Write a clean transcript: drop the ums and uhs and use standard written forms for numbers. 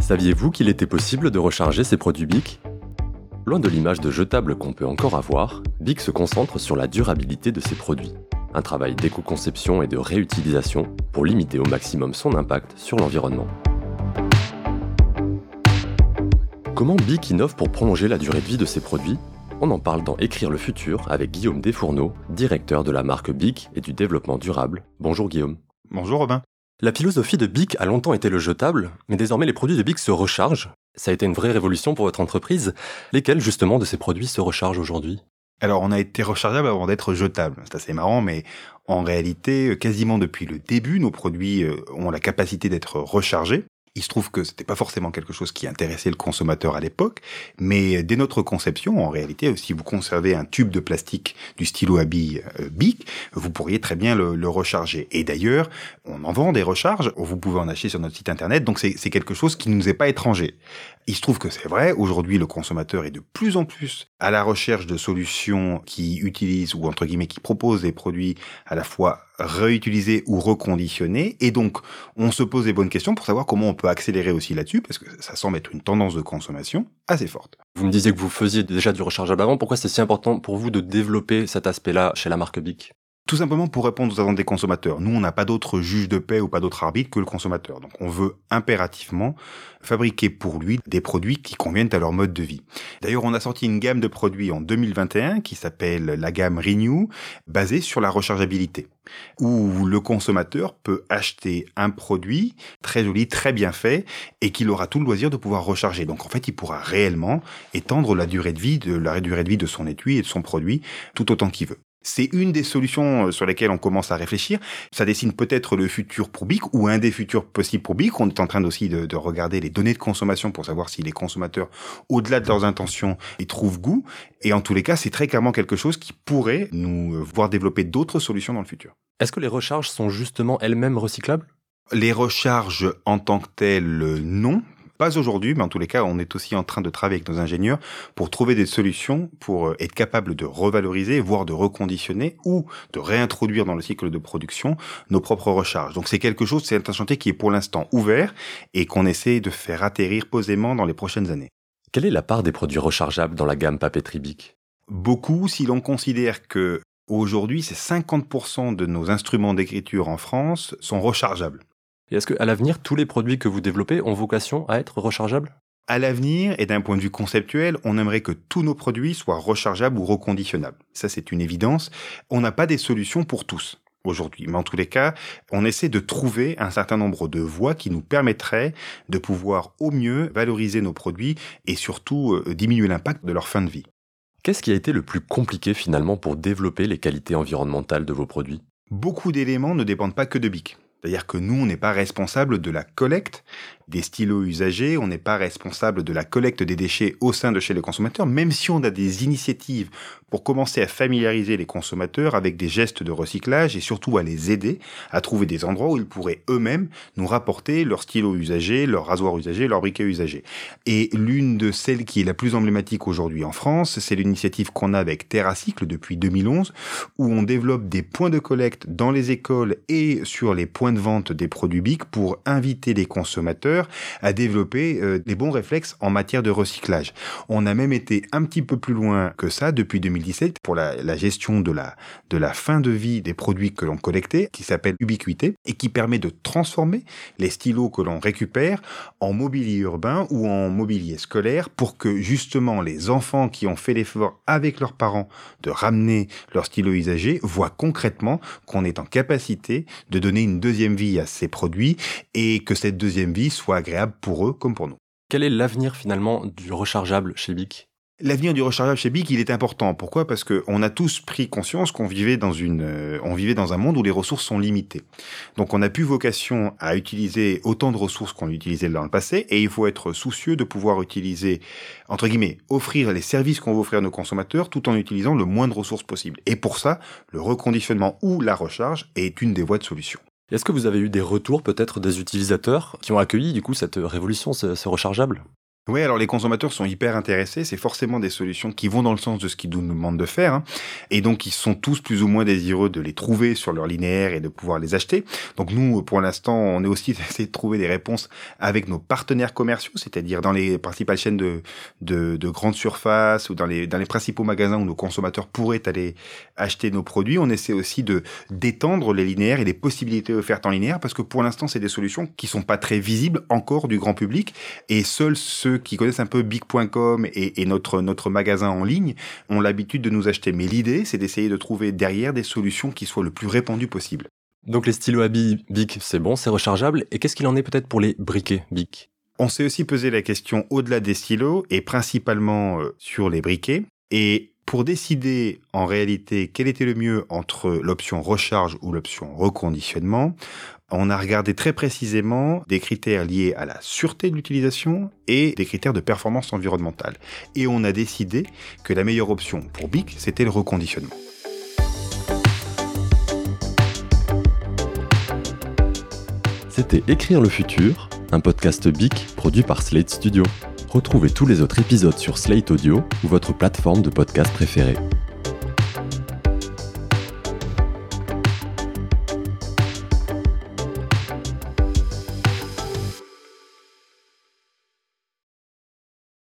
Saviez-vous qu'il était possible de recharger ses produits BIC ? Loin de l'image de jetable qu'on peut encore avoir, BIC se concentre sur la durabilité de ses produits. Un travail d'éco-conception et de réutilisation pour limiter au maximum son impact sur l'environnement. Comment BIC innove pour prolonger la durée de vie de ses produits ? On en parle dans Écrire le futur avec Guillaume Desfourneaux, directeur de la marque BIC et du développement durable. Bonjour Guillaume. Bonjour Robin. La philosophie de BIC a longtemps été le jetable, mais désormais les produits de BIC se rechargent. Ça a été une vraie révolution pour votre entreprise. Lesquels justement de ces produits se rechargent aujourd'hui ? Alors on a été rechargeable avant d'être jetable. C'est assez marrant, mais en réalité, quasiment depuis le début, nos produits ont la capacité d'être rechargés. Il se trouve que c'était pas forcément quelque chose qui intéressait le consommateur à l'époque, mais dès notre conception, en réalité, si vous conservez un tube de plastique du stylo à billes BIC, vous pourriez très bien le recharger. Et d'ailleurs, on en vend des recharges, vous pouvez en acheter sur notre site internet, donc c'est quelque chose qui ne nous est pas étranger. Il se trouve que c'est vrai, aujourd'hui le consommateur est de plus en plus à la recherche de solutions qui utilisent, ou entre guillemets, qui proposent des produits à la fois réutilisés ou reconditionnés, et donc on se pose des bonnes questions pour savoir comment on peut accélérer aussi là-dessus, parce que ça semble être une tendance de consommation assez forte. Vous me disiez que vous faisiez déjà du rechargeable avant, pourquoi c'est si important pour vous de développer cet aspect-là chez la marque BIC ? Tout simplement pour répondre aux attentes des consommateurs. Nous, on n'a pas d'autre juge de paix ou pas d'autre arbitre que le consommateur. Donc, on veut impérativement fabriquer pour lui des produits qui conviennent à leur mode de vie. D'ailleurs, on a sorti une gamme de produits en 2021 qui s'appelle la gamme Renew, basée sur la rechargeabilité, où le consommateur peut acheter un produit très joli, très bien fait, et qu'il aura tout le loisir de pouvoir recharger. Donc, en fait, il pourra réellement étendre la durée de vie de son étui et de son produit tout autant qu'il veut. C'est une des solutions sur lesquelles on commence à réfléchir. Ça dessine peut-être le futur pour BIC ou un des futurs possibles pour BIC. On est en train aussi de regarder les données de consommation pour savoir si les consommateurs, au-delà de leurs intentions, y trouvent goût. Et en tous les cas, c'est très clairement quelque chose qui pourrait nous voir développer d'autres solutions dans le futur. Est-ce que les recharges sont justement elles-mêmes recyclables ? Les recharges en tant que telles, non. Pas aujourd'hui, mais en tous les cas, on est aussi en train de travailler avec nos ingénieurs pour trouver des solutions pour être capable de revaloriser, voire de reconditionner ou de réintroduire dans le cycle de production nos propres recharges. Donc c'est un chantier qui est pour l'instant ouvert et qu'on essaie de faire atterrir posément dans les prochaines années. Quelle est la part des produits rechargeables dans la gamme papeterie BIC ? Beaucoup, si l'on considère que aujourd'hui, c'est 50% de nos instruments d'écriture en France sont rechargeables. Et est-ce qu'à l'avenir, tous les produits que vous développez ont vocation à être rechargeables ? À l'avenir, et d'un point de vue conceptuel, on aimerait que tous nos produits soient rechargeables ou reconditionnables. Ça, c'est une évidence. On n'a pas des solutions pour tous aujourd'hui. Mais en tous les cas, on essaie de trouver un certain nombre de voies qui nous permettraient de pouvoir au mieux valoriser nos produits et surtout diminuer l'impact de leur fin de vie. Qu'est-ce qui a été le plus compliqué finalement pour développer les qualités environnementales de vos produits ? Beaucoup d'éléments ne dépendent pas que de BIC. C'est-à-dire que nous, on n'est pas responsable de la collecte des stylos usagés, on n'est pas responsable de la collecte des déchets au sein de chez les consommateurs, même si on a des initiatives pour commencer à familiariser les consommateurs avec des gestes de recyclage et surtout à les aider à trouver des endroits où ils pourraient eux-mêmes nous rapporter leurs stylos usagés, leurs rasoirs usagés, leurs briquets usagés. Et l'une de celles qui est la plus emblématique aujourd'hui en France, c'est l'initiative qu'on a avec TerraCycle depuis 2011, où on développe des points de collecte dans les écoles et sur les points de vente des produits BIC pour inviter les consommateurs à développer les bons réflexes en matière de recyclage. On a même été un petit peu plus loin que ça depuis 2017 pour la gestion de la fin de vie des produits que l'on collectait, qui s'appelle Ubiquité, et qui permet de transformer les stylos que l'on récupère en mobilier urbain ou en mobilier scolaire pour que justement les enfants qui ont fait l'effort avec leurs parents de ramener leurs stylos usagés voient concrètement qu'on est en capacité de donner une deuxième vie à ces produits et que cette deuxième vie soit agréable pour eux comme pour nous. Quel est l'avenir finalement du rechargeable chez BIC ? L'avenir du rechargeable chez BIC, il est important. Pourquoi ? Parce que on a tous pris conscience qu'on vivait dans un monde où les ressources sont limitées. Donc on n'a plus vocation à utiliser autant de ressources qu'on utilisait dans le passé, et il faut être soucieux de pouvoir utiliser, entre guillemets, offrir les services qu'on veut offrir à nos consommateurs tout en utilisant le moins de ressources possible. Et pour ça, le reconditionnement ou la recharge est une des voies de solution. Est-ce que vous avez eu des retours peut-être des utilisateurs qui ont accueilli du coup cette révolution, ce rechargeable ? Oui, alors les consommateurs sont hyper intéressés. C'est forcément des solutions qui vont dans le sens de ce qu'ils nous demandent de faire, hein. Et donc, ils sont tous plus ou moins désireux de les trouver sur leur linéaire et de pouvoir les acheter. Donc, nous, pour l'instant, on est aussi essayé de trouver des réponses avec nos partenaires commerciaux, c'est-à-dire dans les principales chaînes de grandes surfaces ou dans les principaux magasins où nos consommateurs pourraient aller acheter nos produits. On essaie aussi d'étendre les linéaires et les possibilités offertes en linéaire parce que pour l'instant, c'est des solutions qui sont pas très visibles encore du grand public et seuls ceux qui connaissent un peu big.com et notre magasin en ligne ont l'habitude de nous acheter. Mais l'idée, c'est d'essayer de trouver derrière des solutions qui soient le plus répandues possible. Donc les stylos à billes Bic, c'est bon, c'est rechargeable. Et qu'est-ce qu'il en est peut-être pour les briquets Bic ? On s'est aussi posé la question au-delà des stylos et principalement sur les briquets. Et pour décider en réalité quel était le mieux entre l'option recharge ou l'option reconditionnement, on a regardé très précisément des critères liés à la sûreté de l'utilisation et des critères de performance environnementale. Et on a décidé que la meilleure option pour Bic, c'était le reconditionnement. C'était Écrire le futur, un podcast Bic produit par Slate Studio. Retrouvez tous les autres épisodes sur Slate Audio ou votre plateforme de podcast préférée.